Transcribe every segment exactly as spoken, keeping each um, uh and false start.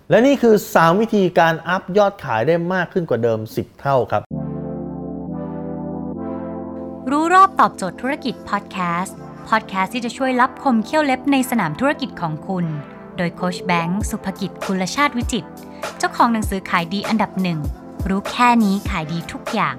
และนี่คือสามวิธีการอัพยอดขายได้มากขึ้นกว่าเดิมสิบเท่าครับรู้รอบตอบโจทย์ธุรกิจพอดแคสต์พอดแคสต์ที่จะช่วยลับคมเขี้ยวเล็บในสนามธุรกิจของคุณโดยโค้ชแบงค์สุภกิจกุลชาติวิจิตรเจ้าของหนังสือขายดีอันดับหนึ่งรู้แค่นี้ขายดีทุกอย่าง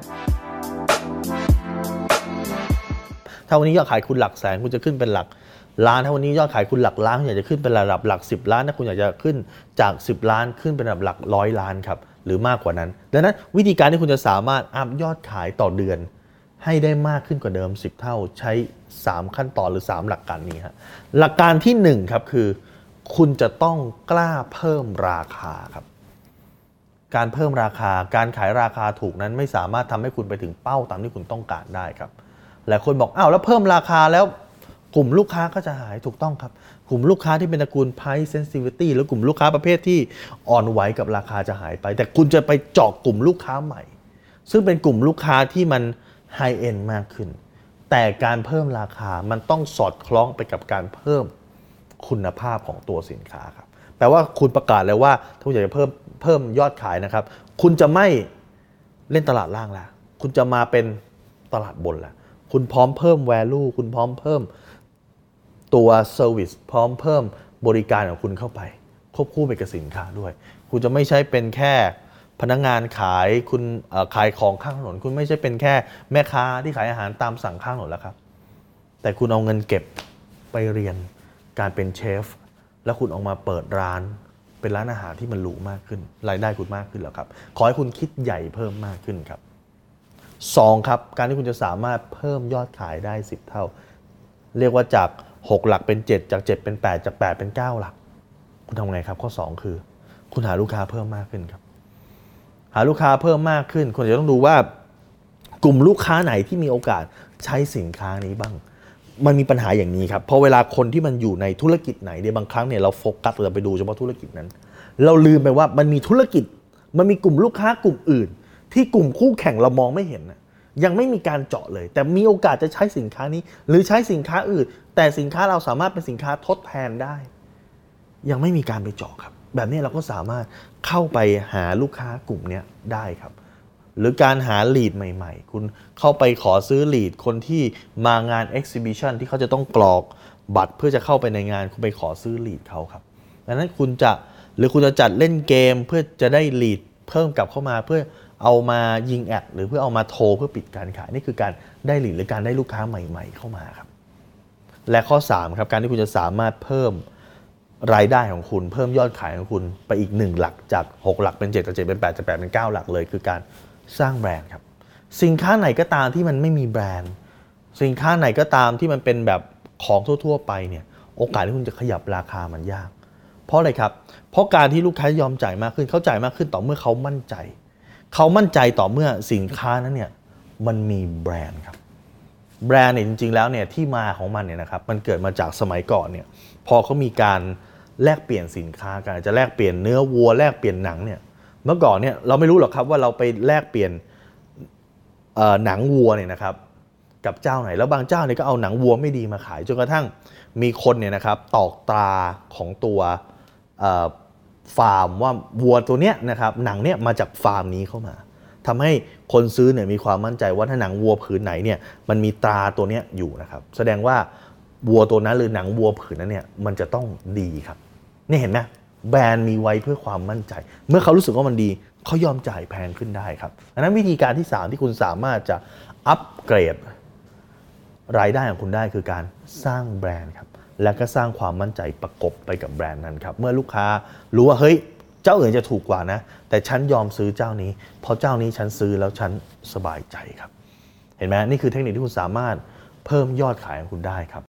ถ้าวันนี้ยอดขายคุณหลักแสนคุณจะขึ้นเป็นหลักล้านถ้าวันนี้ยอดขายคุณหลักล้านคุณอยากจะขึ้นเป็นระดับหลักสิบล้านถ้าคุณอยากจะขึ้นจากสิบล้านขึ้นเป็นระดับหลักร้อยล้านครับหรือมากกว่านั้นดังนั้นวิธีการที่คุณจะสามารถอัพยอดขายต่อเดือนให้ได้มากขึ้นกว่าเดิมสิบเท่าใช้สามขั้นตอนหรือสามหลักการนี้ฮะหลักการที่หนึ่งครับคือคุณจะต้องกล้าเพิ่มราคาครับการเพิ่มราคาการขายราคาถูกนั้นไม่สามารถทำให้คุณไปถึงเป้าตามที่คุณต้องการได้ครับหลายคนบอกอ้าวแล้วเพิ่มราคาแล้วกลุ่มลูกค้าก็จะหายถูกต้องครับกลุ่มลูกค้าที่เป็นตระกูล price sensitivity หรือกลุ่มลูกค้าประเภทที่อ่อนไหวกับราคาจะหายไปแต่คุณจะไปเจาะกลุ่มลูกค้าใหม่ซึ่งเป็นกลุ่มลูกค้าที่มัน high end มากขึ้นแต่การเพิ่มราคามันต้องสอดคล้องไปกับการเพิ่มคุณภาพของตัวสินค้าครับแปลว่าคุณประกาศเลยว่าถ้าคุณอยากจะเพิ่มเพิ่มยอดขายนะครับคุณจะไม่เล่นตลาดล่างแล้วคุณจะมาเป็นตลาดบนแล้วคุณพร้อมเพิ่ม value คุณพร้อมเพิ่มตัว service พร้อมเพิ่มบริการของคุณเข้าไปควบคู่ไปกับสินค้าด้วยคุณจะไม่ใช่เป็นแค่พนักงานขายคุณขายของข้างถนนคุณไม่ใช่เป็นแค่แม่ค้าที่ขายอาหารตามสั่งข้างถนนแล้วครับแต่คุณเอาเงินเก็บไปเรียนการเป็นเชฟแล้วคุณออกมาเปิดร้านเป็นร้านอาหารที่มันหรูมากขึ้นรายได้คุณมากขึ้นแล้วครับขอให้คุณคิดใหญ่เพิ่มมากขึ้นครับสองครับการที่คุณจะสามารถเพิ่มยอดขายได้สิบเท่าเรียกว่าจากหกหลักเป็นเจ็ดจากเจ็ดเป็นแปดจากแปดเป็นเก้าหลักคุณทำไงครับข้อสองคือคุณหาลูกค้าเพิ่มมากขึ้นครับหาลูกค้าเพิ่มมากขึ้นคุณจะต้องดูว่ากลุ่มลูกค้าไหนที่มีโอกาสใช้สินค้านี้บ้างมันมีปัญหาอย่างนี้ครับเพราะเวลาคนที่มันอยู่ในธุรกิจไหนเนี่ยบางครั้งเนี่ยเราโฟกัสเราไปดูเฉพาะธุรกิจนั้นเราลืมไปว่ามันมีธุรกิจมันมีกลุ่มลูกค้ากลุ่มอื่นที่กลุ่มคู่แข่งเรามองไม่เห็นนะยังไม่มีการเจาะเลยแต่มีโอกาสจะใช้สินค้านี้หรือใช้สินค้าอื่นแต่สินค้าเราสามารถเป็นสินค้าทดแทนได้ยังไม่มีการไปเจาะครับแบบนี้เราก็สามารถเข้าไปหาลูกค้ากลุ่มนี้ได้ครับหรือการหาลีดใหม่ๆคุณเข้าไปขอซื้อลีดคนที่มางาน exhibition ที่เขาจะต้องกรอกบัตรเพื่อจะเข้าไปในงานคุณไปขอซื้อลีดเขาครับดังนั้นคุณจะหรือคุณจะจัดเล่นเกมเพื่อจะได้ลีดเพิ่มกลับเข้ามาเพื่อเอามายิงแอดหรือเพื่อเอามาโทรเพื่อปิดการขายนี่คือการได้ลีดหรือการได้ลูกค้าใหม่ๆเข้ามาครับและข้อสามครับการที่คุณจะสามารถเพิ่มรายได้ของคุณเพิ่มยอดขายของคุณไปอีกหนึ่งหลักจากหกหลักเป็นเจ็ดจากเจ็ดเป็นแปดจากแปดเป็นเก้าหลักเลยคือการสร้างแบรนด์ครับสินค้าไหนก็ตามที่มันไม่มีแบรนด์สินค้าไหนก็ตามที่มันเป็นแบบของทั่วๆไปเนี่ยโอกาสที่คุณจะขยับราคามันยากเพราะอะไรครับเพราะการที่ลูกค้ายอมจ่ายมากขึ้นเขาจ่ายมากขึ้นต่อเมื่อเขามั่นใจเขามั่นใจต่อเมื่อสินค้านั้นเนี่ยมันมีแบรนด์ครับแบรนด์เนี่ยจริงๆแล้วเนี่ยที่มาของมันเนี่ยนะครับมันเกิดมาจากสมัยก่อนเนี่ยพอเขามีการแลกเปลี่ยนสินค้ากันจะแลกเปลี่ยนเนื้อวัวแลกเปลี่ยนหนังเนี่ยเมื่อก่อนเนี่ยเราไม่รู้หรอกครับว่าเราไปแลกเปลี่ยนหนังวัวเนี่ยนะครับกับเจ้าไหนแล้วบางเจ้าเนี่ยก็เอาหนังวัวไม่ดีมาขายจนกระทั่งมีคนเนี่ยนะครับตอกตราของตัวฟาร์มว่าวัวตัวเนี้ยนะครับหนังเนี้ยมาจากฟาร์มนี้เข้ามาทำให้คนซื้อเนี่ยมีความมั่นใจว่าถ้าหนังวัวผืนไหนเนี่ยมันมีตราตัวเนี้ยอยู่นะครับแสดงว่าวัวตัวนั้นหรือหนังวัวผืนนั้นเนี่ยมันจะต้องดีครับนี่เห็นไหมแบรนด์มีไว้เพื่อความมั่นใจเมื่อเขารู้สึกว่ามันดีเขายอมจ่ายแพงขึ้นได้ครับดังนั้นวิธีการที่สามที่คุณสามารถจะอัปเกรดรายได้ของคุณได้คือการสร้างแบรนด์ครับและก็สร้างความมั่นใจประกบไปกับแบรนด์นั้นครับเมื่อลูกค้ารู้ว่าเฮ้ยเจ้าอื่นจะถูกกว่านะแต่ฉันยอมซื้อเจ้านี้เพราะเจ้านี้ฉันซื้อแล้วฉันสบายใจครับเห็นไหมนี่คือเทคนิคที่คุณสามารถเพิ่มยอดขายของคุณได้ครับ